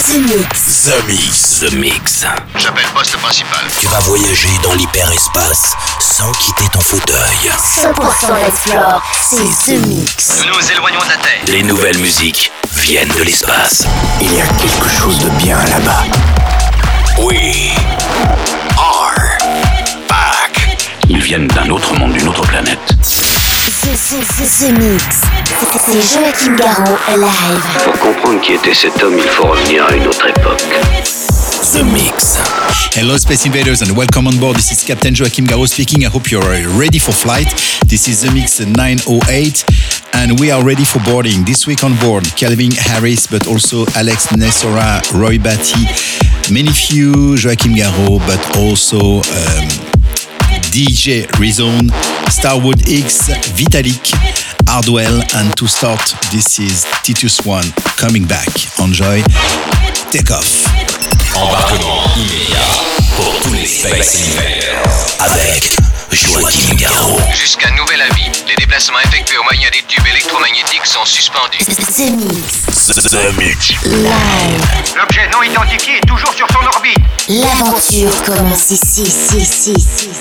The Mix. The Mix. The Mix. J'appelle poste principal. Tu vas voyager dans l'hyperespace sans quitter ton fauteuil. 100% Explore, c'est The Mix. Nous nous éloignons de la Terre. Les nouvelles musiques viennent de l'espace. Il y a quelque chose de bien là-bas. We are back. Ils viennent d'un autre monde, d'une autre planète. The Mix. C'est Joachim Garraud live. Pour comprendre qui était cet homme, il faut revenir à une autre époque. The Mix. Hello Space Invaders and welcome on board. This is Captain Joachim Garraud speaking. I hope you're ready for flight. This is The Mix 908 and we are ready for boarding. This week on board, Calvin Harris but also Alex Nessora, Roy Batty, many few, Joachim Garraud but also DJ Rezone, Starwood X, Vitalik, Hardwell, and to start, this is Titus One coming back. Enjoy. Take off. Embarquement immédiat pour tous les Space Invaders avec Joachim Garraud. Jusqu'à nouvel avis, les déplacements effectués au moyen des tubes électromagnétiques sont suspendus. The Mix. The Mix. Live. L'objet non identifié est toujours sur son orbite. L'aventure commence ici.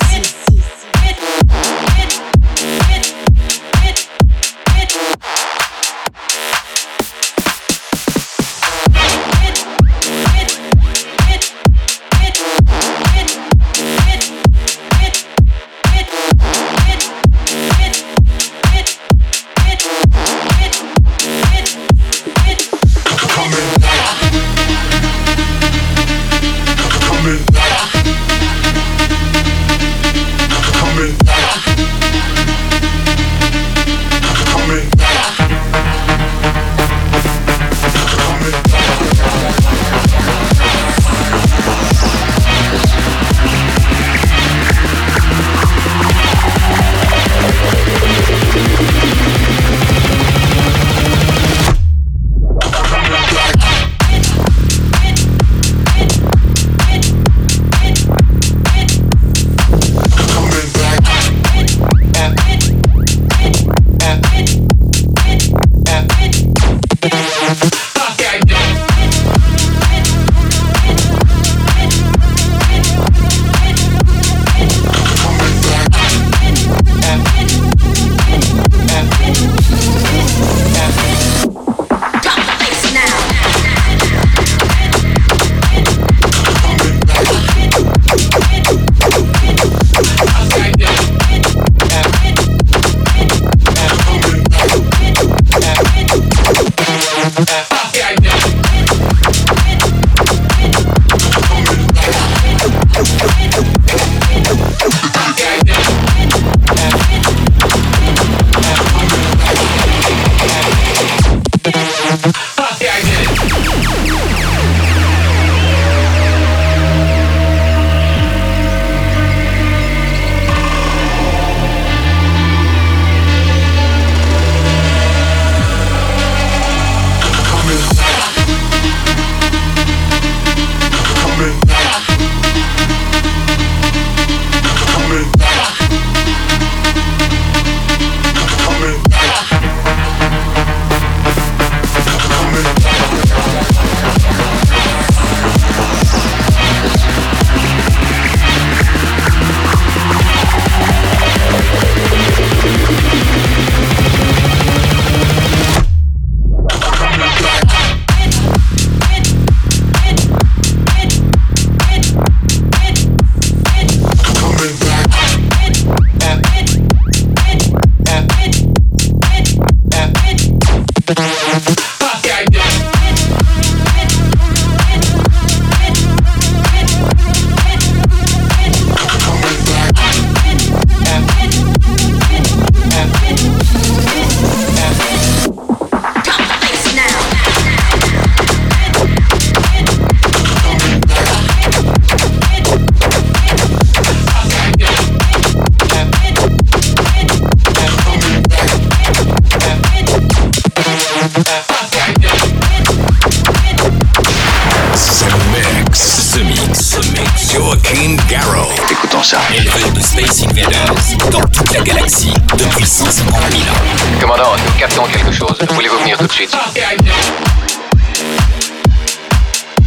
Joachim Garraud. Écoutons ça. Éleveur de Space Invaders dans toute la galaxie depuis 150 000 ans. Commandant, nous captons quelque chose. Voulez-vous venir tout de suite?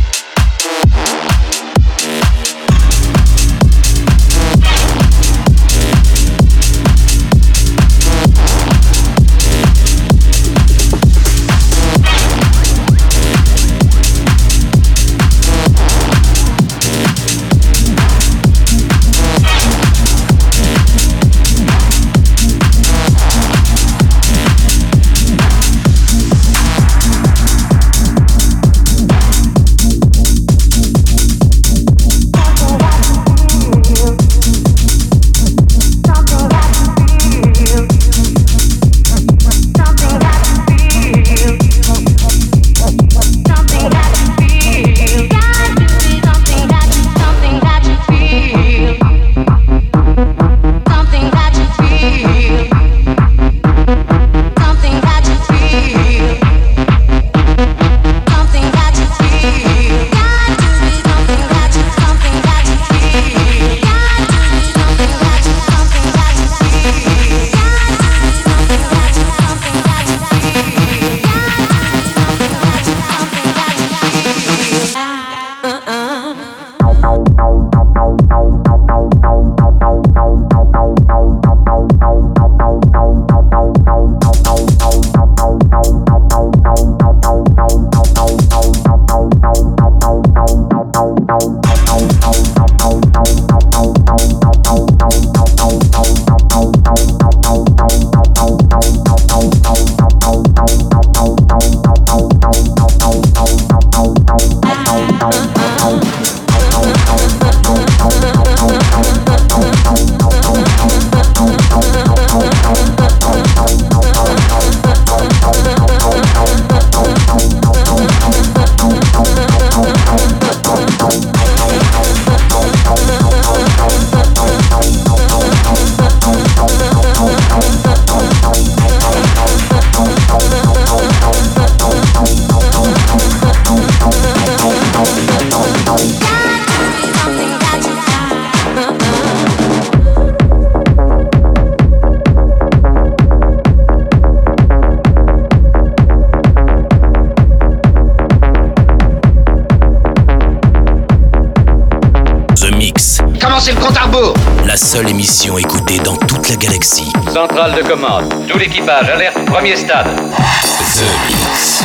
recommencer le compte à rebours. La seule émission écoutée dans toute la galaxie. Centrale de commande. Tout l'équipage, alerte, premier stade. The Mix.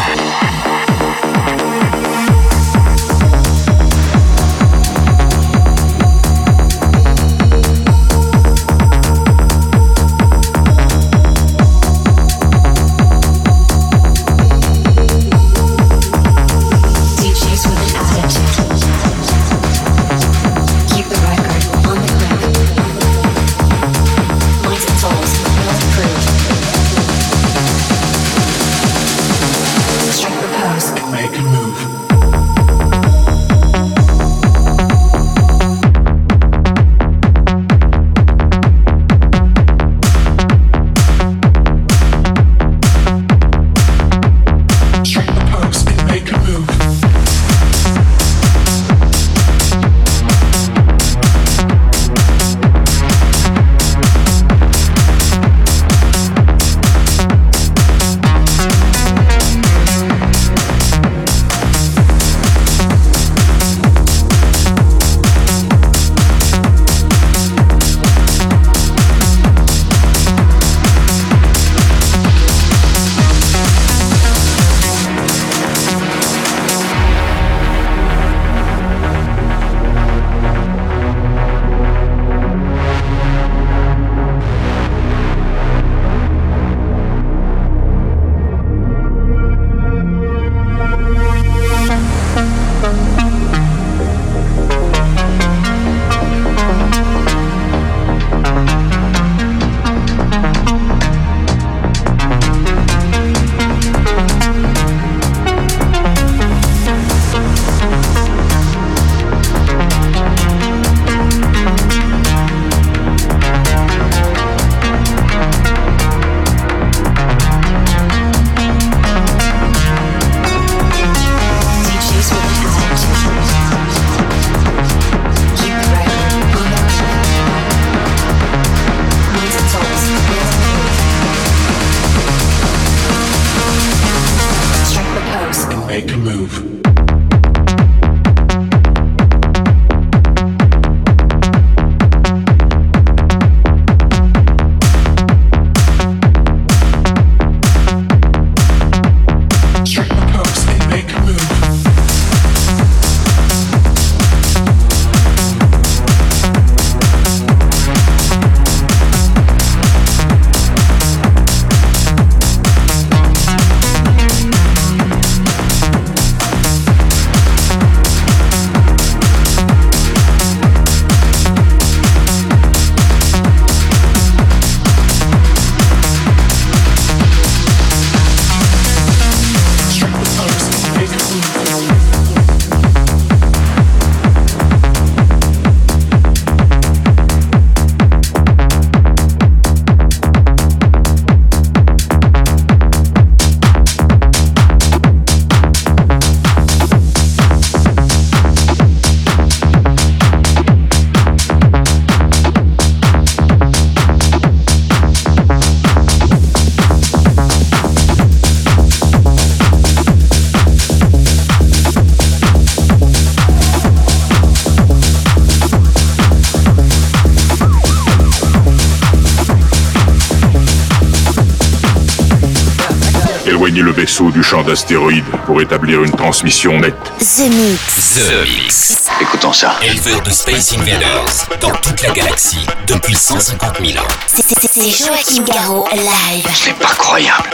Éloignez le vaisseau du champ d'astéroïdes pour établir une transmission nette. The Mix. The Mix. Écoutons ça. Éleveur de Space Invaders dans toute la galaxie depuis 150 000 ans. C'est Joachim Garraud live. C'est pas croyable.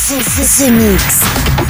The Mix.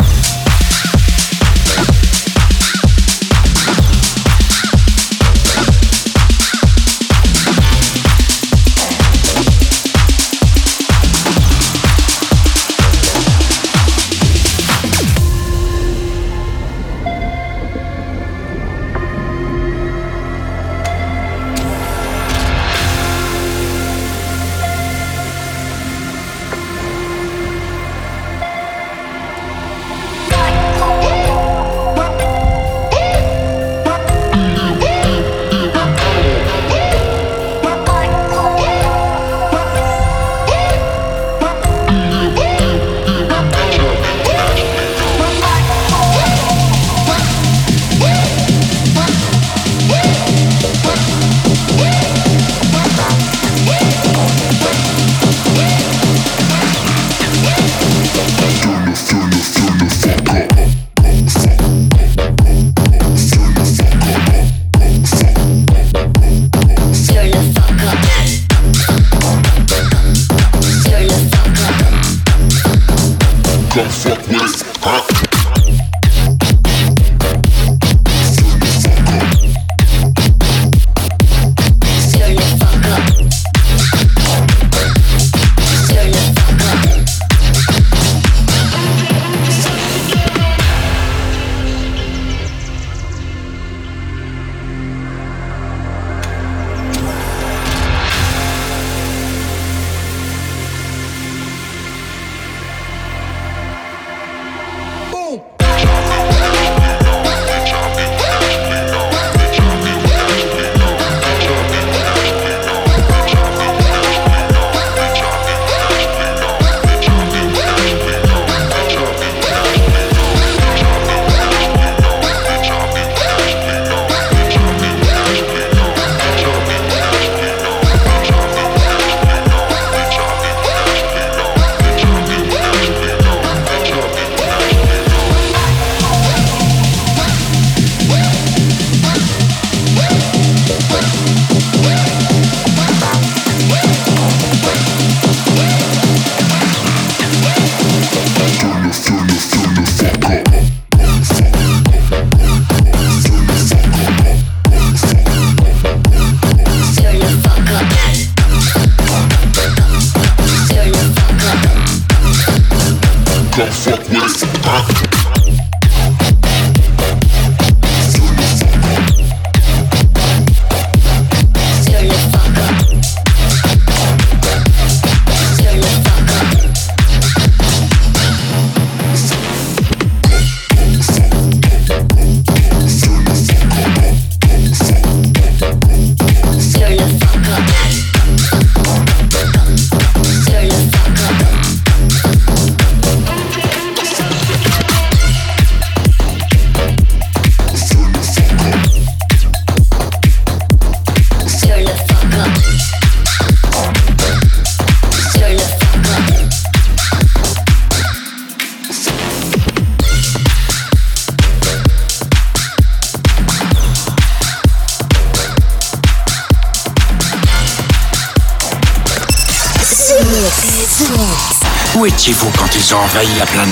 Où étiez-vous quand ils ont envahi la planète ?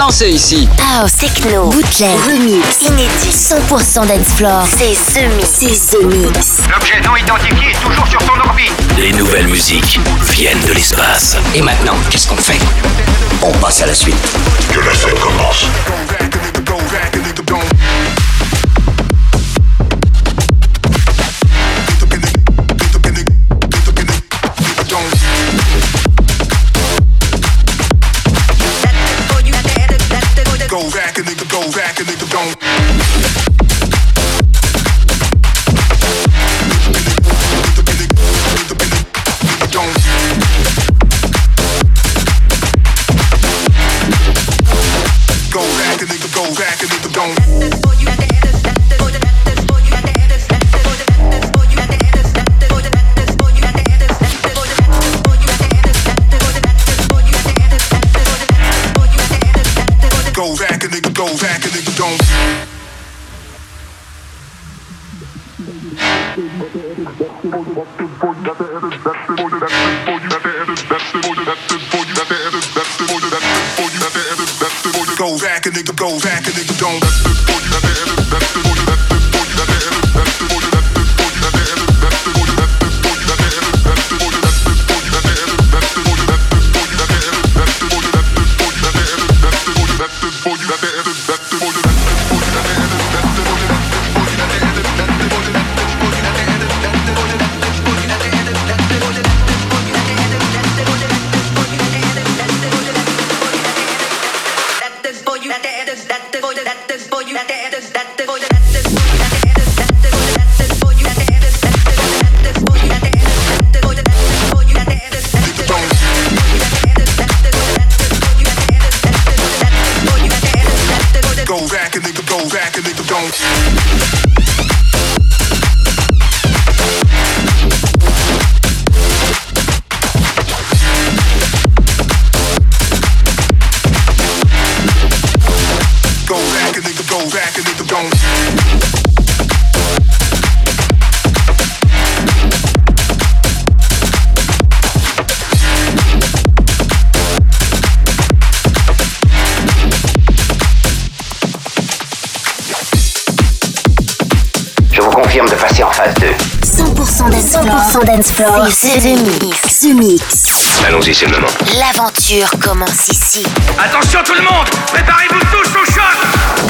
danser ici. House, techno, bootleg, remix, inédit, 100% dance floor. C'est The Mix. C'est The Mix. L'objet non identifié est toujours sur son orbite. Les nouvelles musiques viennent de l'espace. Et maintenant, qu'est-ce qu'on fait? On passe à la suite. Que la fête commence. De passer en phase 2. 100% dance floor. C'est The Mix. The Mix. Allons-y, c'est le moment. L'aventure commence ici. Attention tout le monde, préparez-vous tous au choc.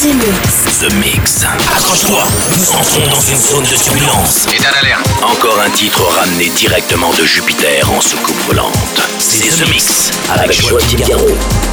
The Mix. The Mix. Accroche-toi, nous entrons dans une zone de turbulence. État d'alerte. Encore un titre ramené directement de Jupiter en soucoupe volante. C'est The Mix avec Joachim Garraud.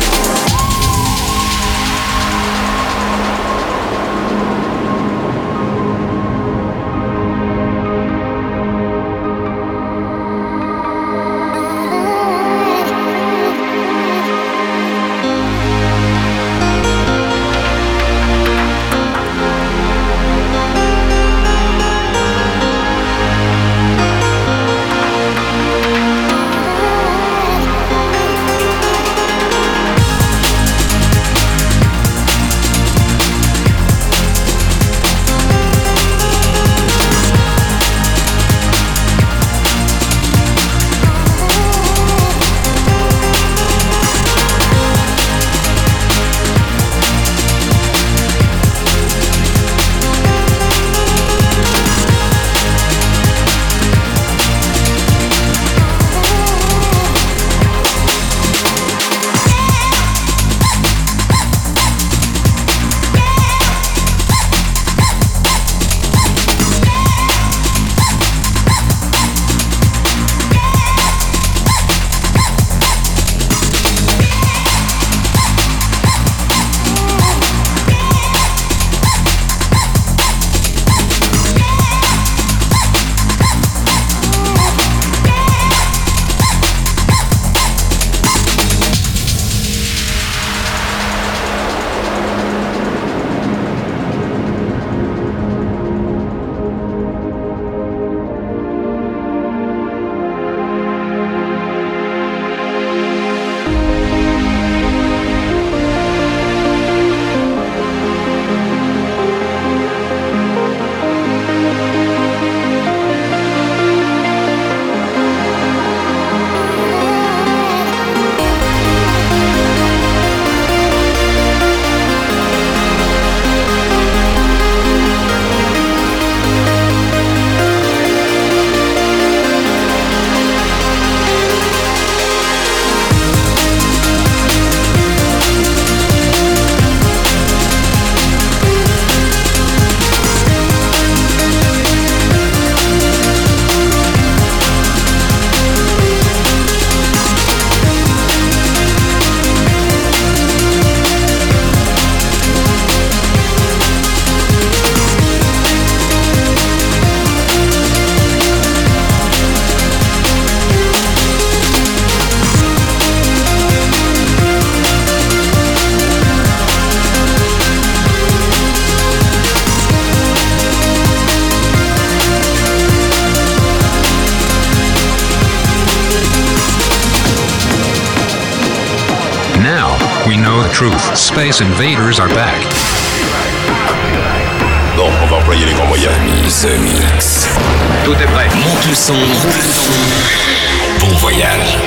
We know the truth. Space Invaders are back. Bon, on va employer les grands moyens. The Mix. Tout est prêt. Monte le son. Bon voyage.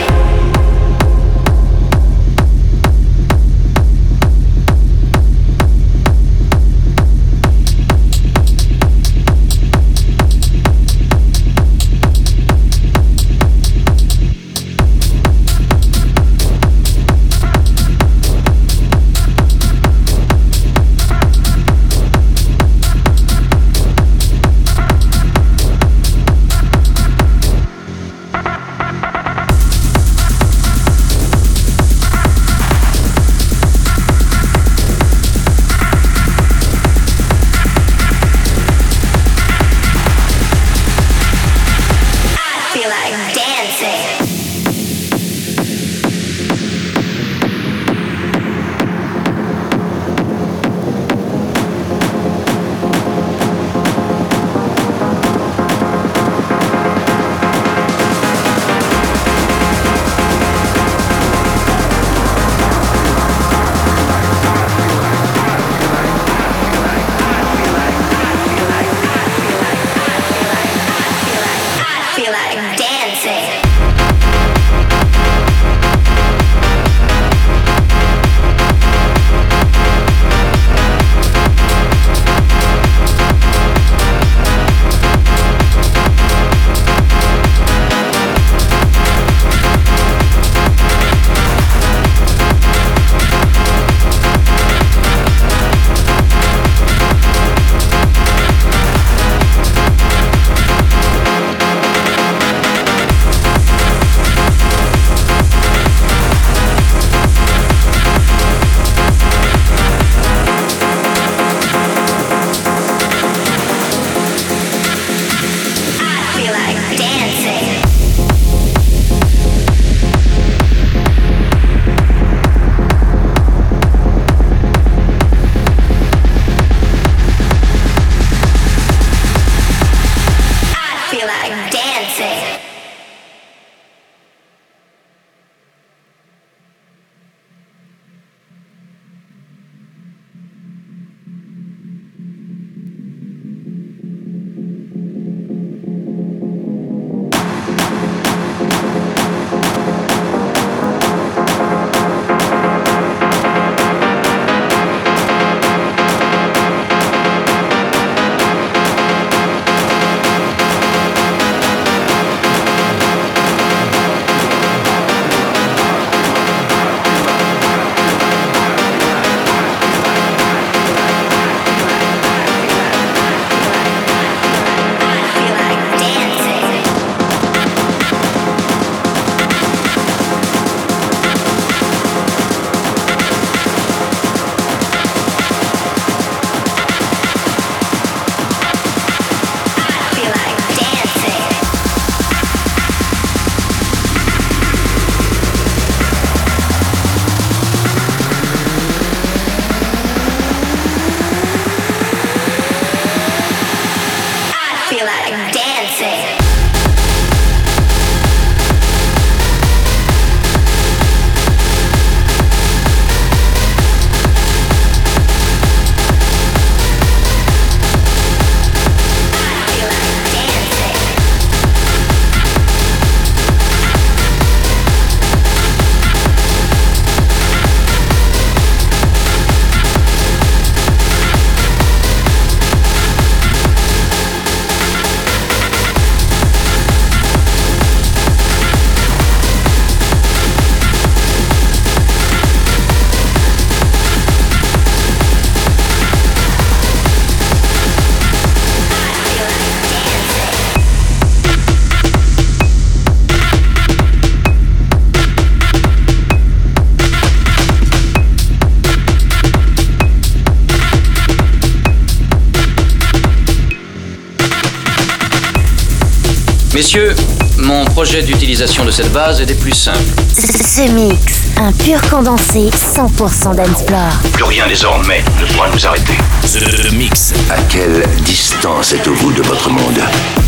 Messieurs, mon projet d'utilisation de cette base est des plus simples. The Mix, un pur condensé 100% dancefloor. Plus rien désormais ne pourra nous arrêter. The Mix. À quelle distance êtes-vous de votre monde ?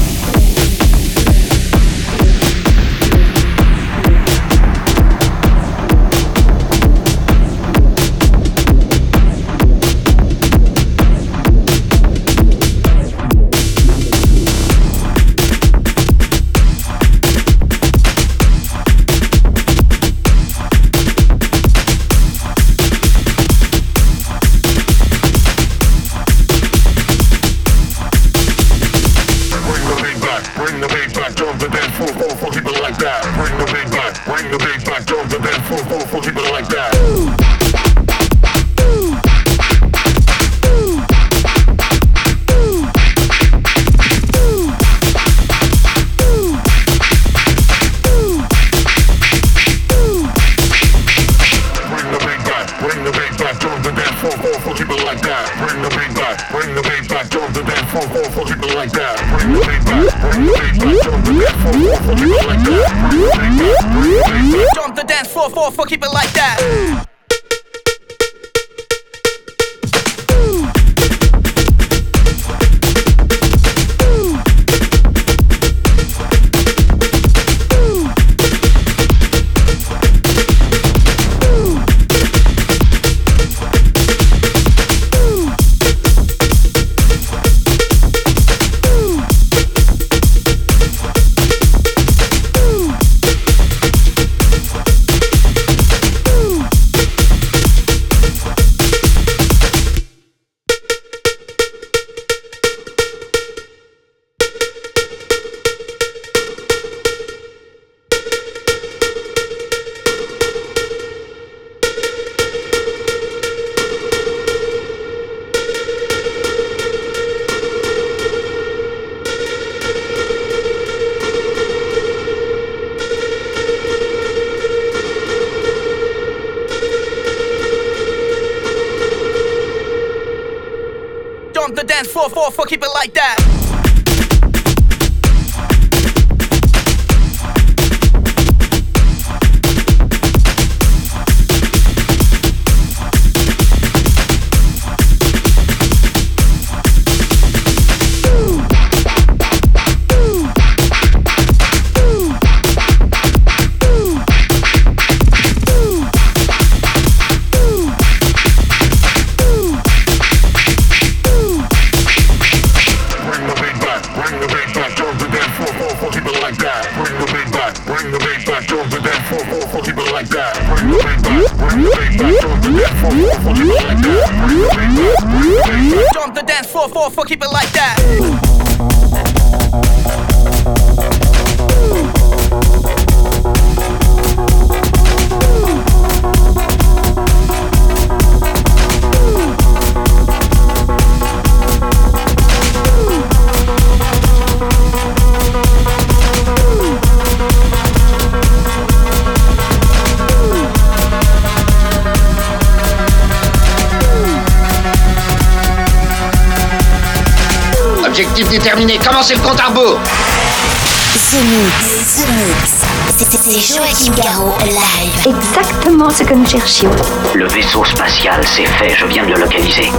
Jump the dance floor, keep it like that. Jump the dance floor, keep it like that. Jump the dance floor, keep it like that. Objectif déterminé, commencez le compte à rebours. The Mix. C'est Joachim Garraud live. Exactement ce que nous cherchions. Le vaisseau spatial, c'est fait, je viens de le localiser.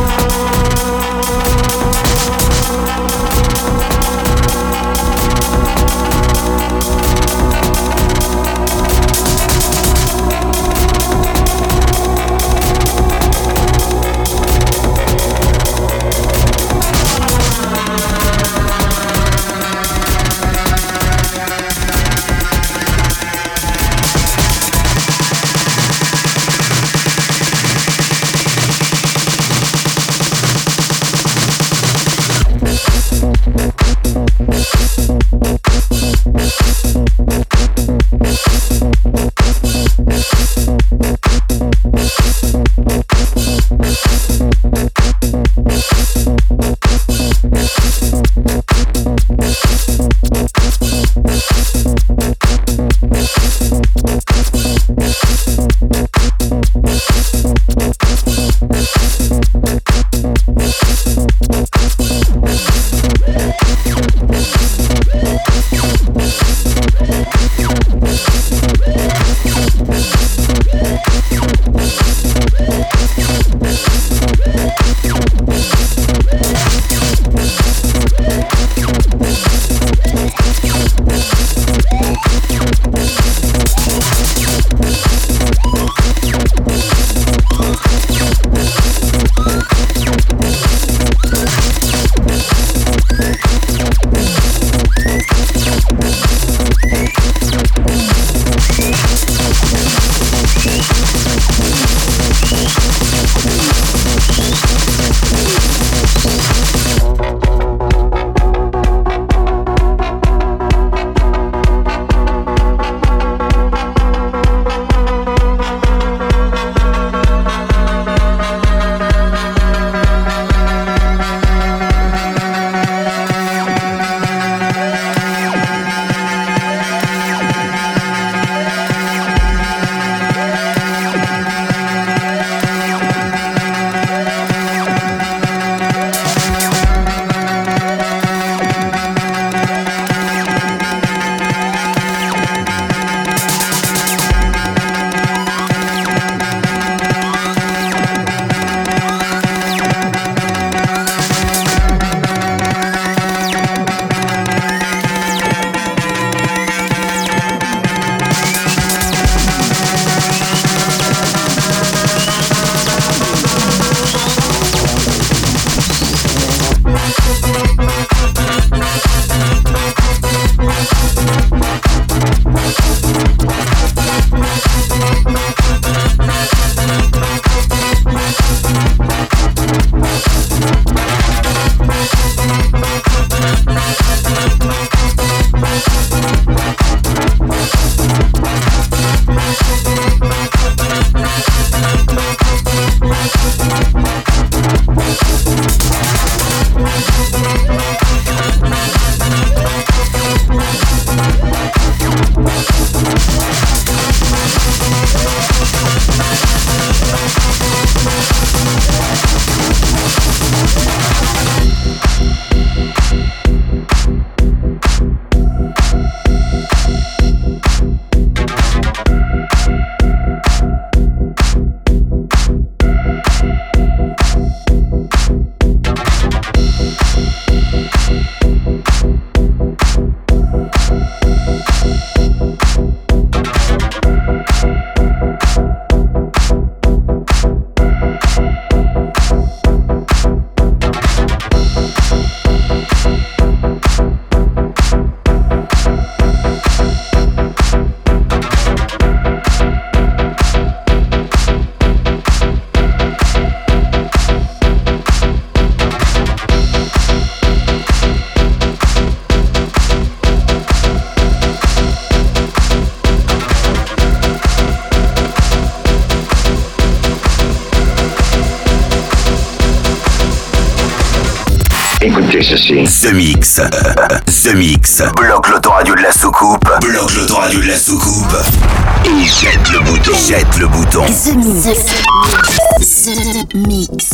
Écoutez ceci. The Mix. The Mix. Bloque l'autoradio de la soucoupe. Bloque l'autoradio de la soucoupe. Et jette le bouton. Jette le bouton. The Mix. The Mix.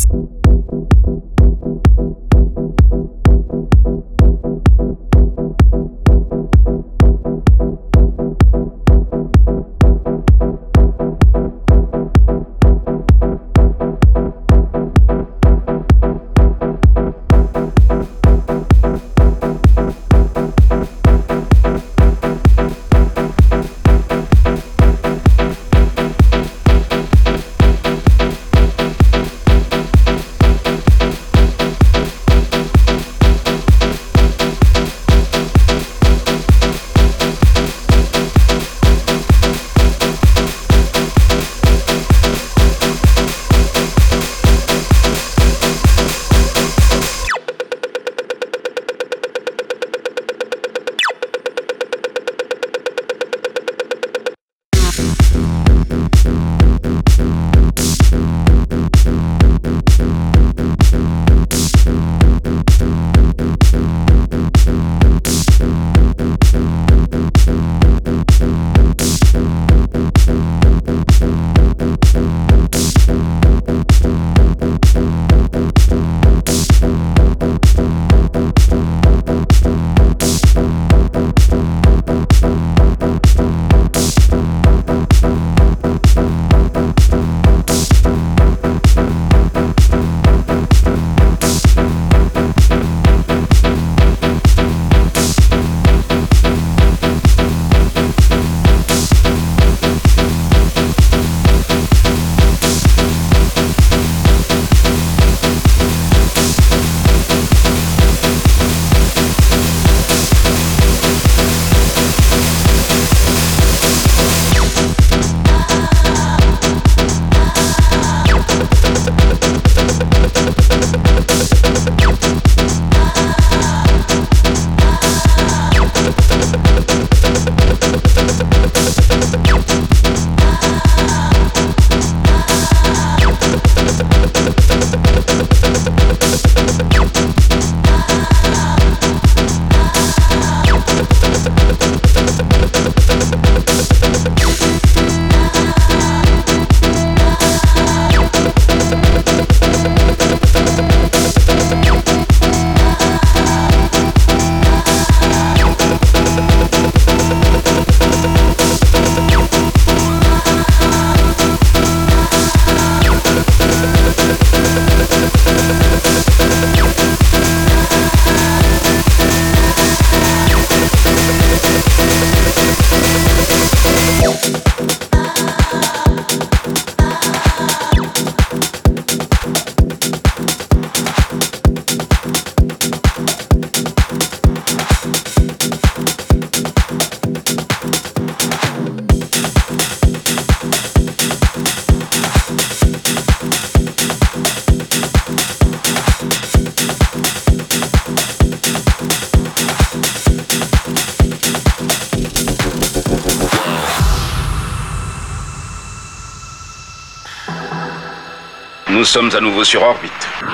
Nous sommes à nouveau sur orbite.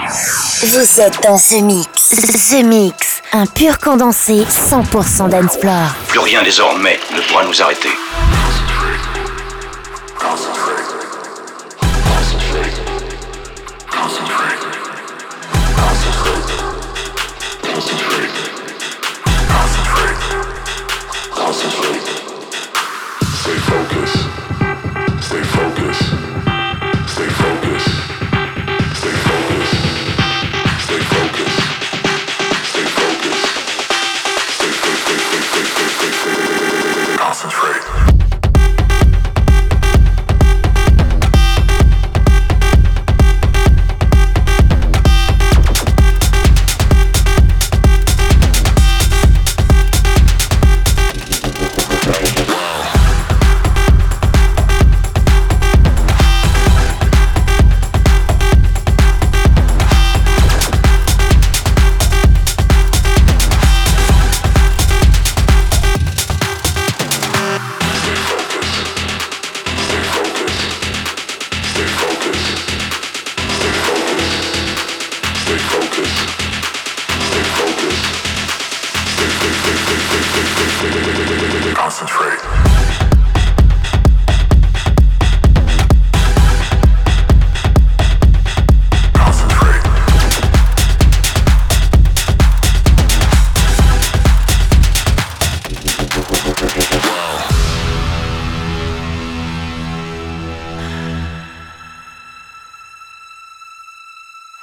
Vous êtes dans The Mix. The Mix, un pur condensé 100% dance floor. Plus rien désormais ne pourra nous arrêter. Stay focused. Stay focused. Stay focused. Stay focused. Stay focused. Stay focused. Stay focused. Concentrate.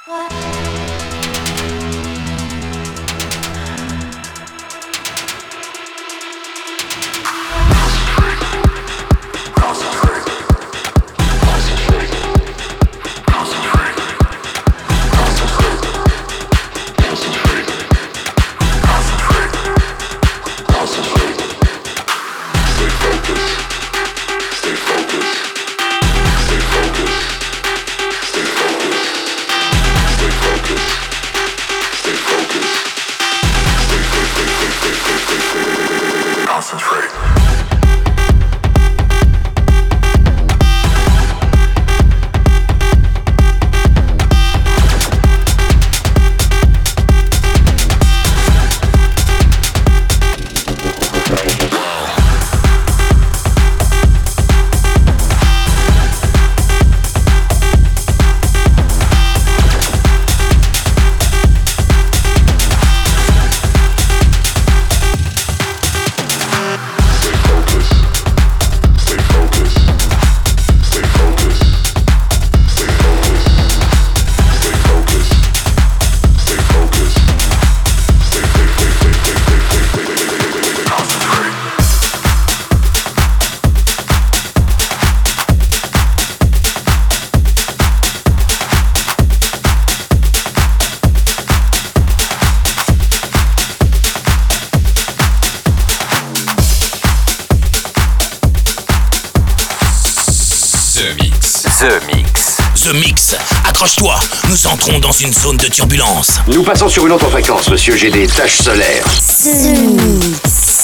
The Mix. Accroche-toi, nous entrons dans une zone de turbulence. Nous passons sur une autre fréquence, monsieur, j'ai des taches solaires. The Mix.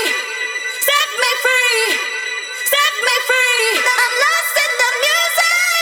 Set me free. I'm lost in the music.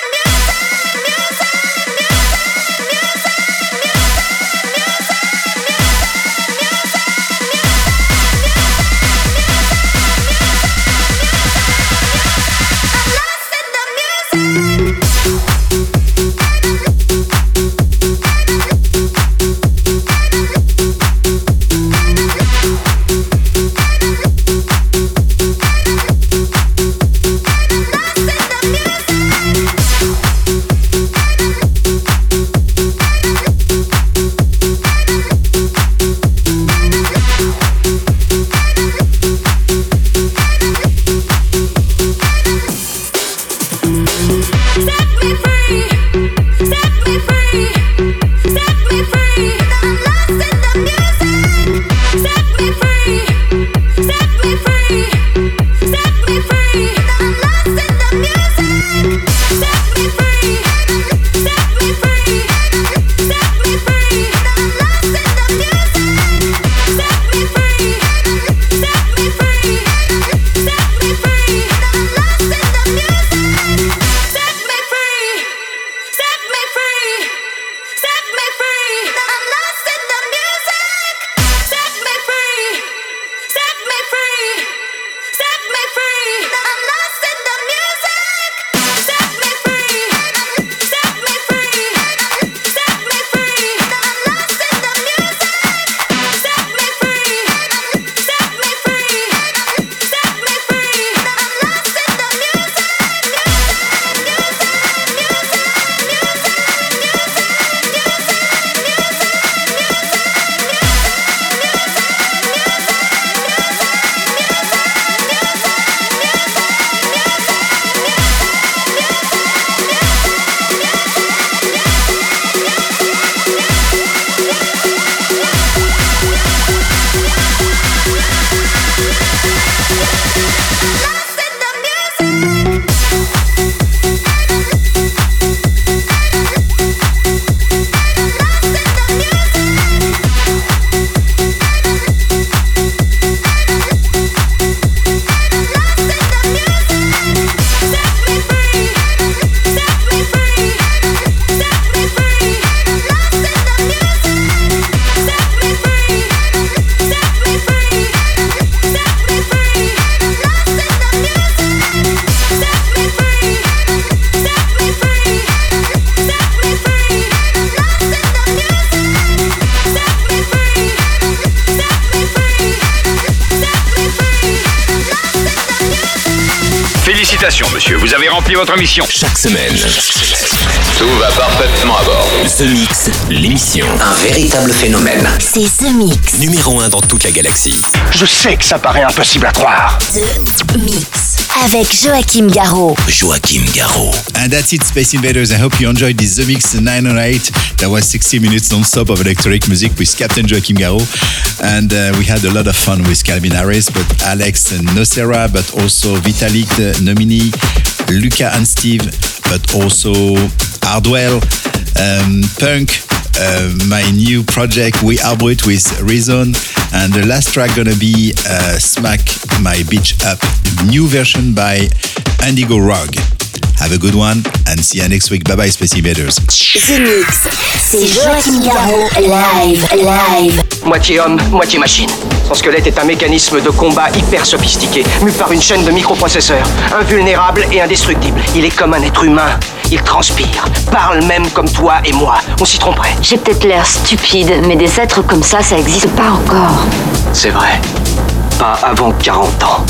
Félicitations, monsieur, vous avez rempli votre mission. Chaque semaine, Tout va parfaitement à bord. The Mix, l'émission. Un véritable phénomène. C'est The Mix. Numéro 1 dans toute la galaxie. Je sais que ça paraît impossible à croire. The Mix. Avec Joachim Garraud. Joachim Garraud. And that's it, Space Invaders. I hope you enjoyed this The Mix 908. That was 60 minutes non-stop of electronic music with Captain Joachim Garraud. And we had a lot of fun with Calvin Harris, but Alex and Nocera, but also Vitalik, the nominee, Luca and Steve, but also Hardwell, Punk, my new project, We Are Brut with Reason. And the last track gonna be Smack My Bitch Up, new version by Indigo Rogue. Have a good one and see you next week. Bye bye, Space Invaders. The Mix, c'est Joachim Garraud, live. Moitié homme, moitié machine. Son squelette est un mécanisme de combat hyper sophistiqué, mu par une chaîne de microprocesseurs, invulnérable et indestructible. Il est comme un être humain. Il transpire, parle même comme toi et moi. On s'y tromperait. J'ai peut-être l'air stupide, mais des êtres comme ça existe pas encore. C'est vrai. Pas avant 40 ans.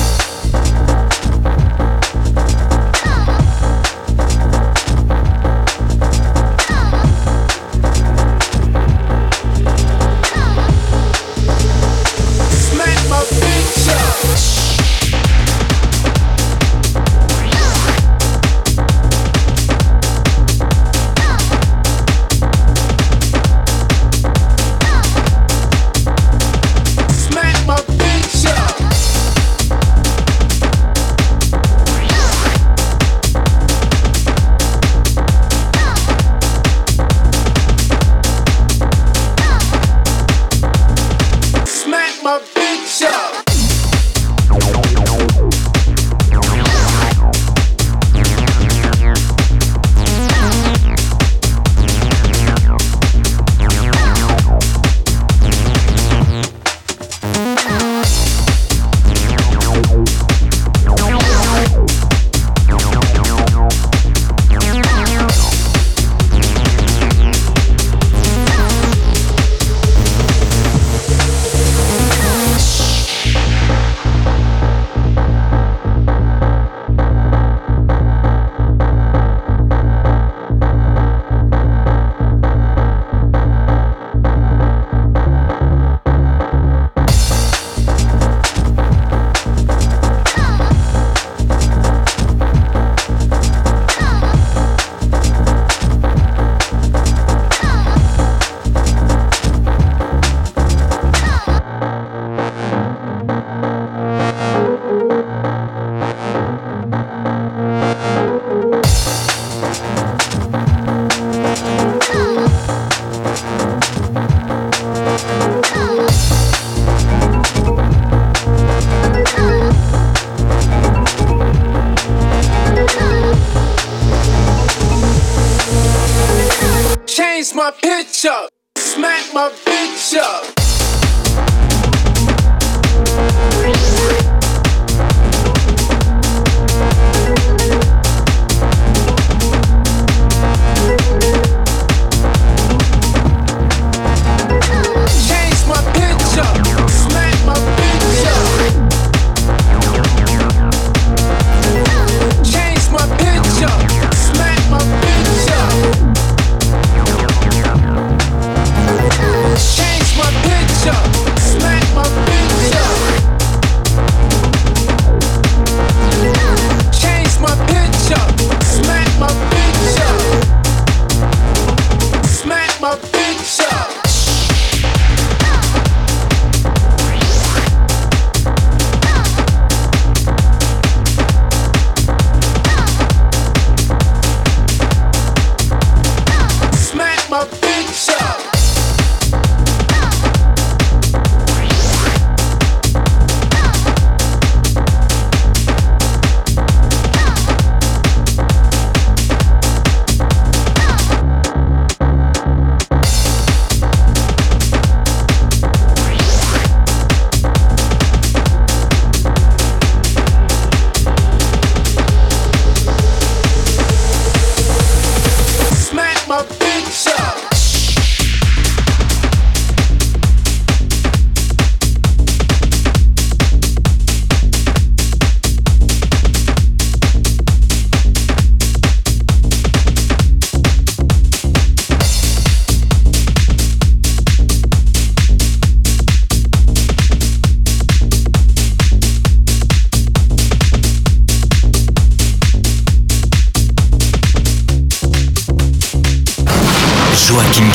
my pitch up, smack my bitch up. My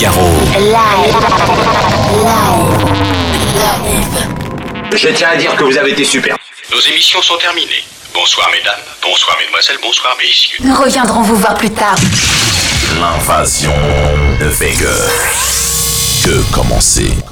Figaro. Live. Je tiens à dire que vous avez été super. Nos émissions sont terminées. Bonsoir mesdames, bonsoir mesdemoiselles, bonsoir messieurs. Nous reviendrons vous voir plus tard. L'invasion de Vega. Que commencer?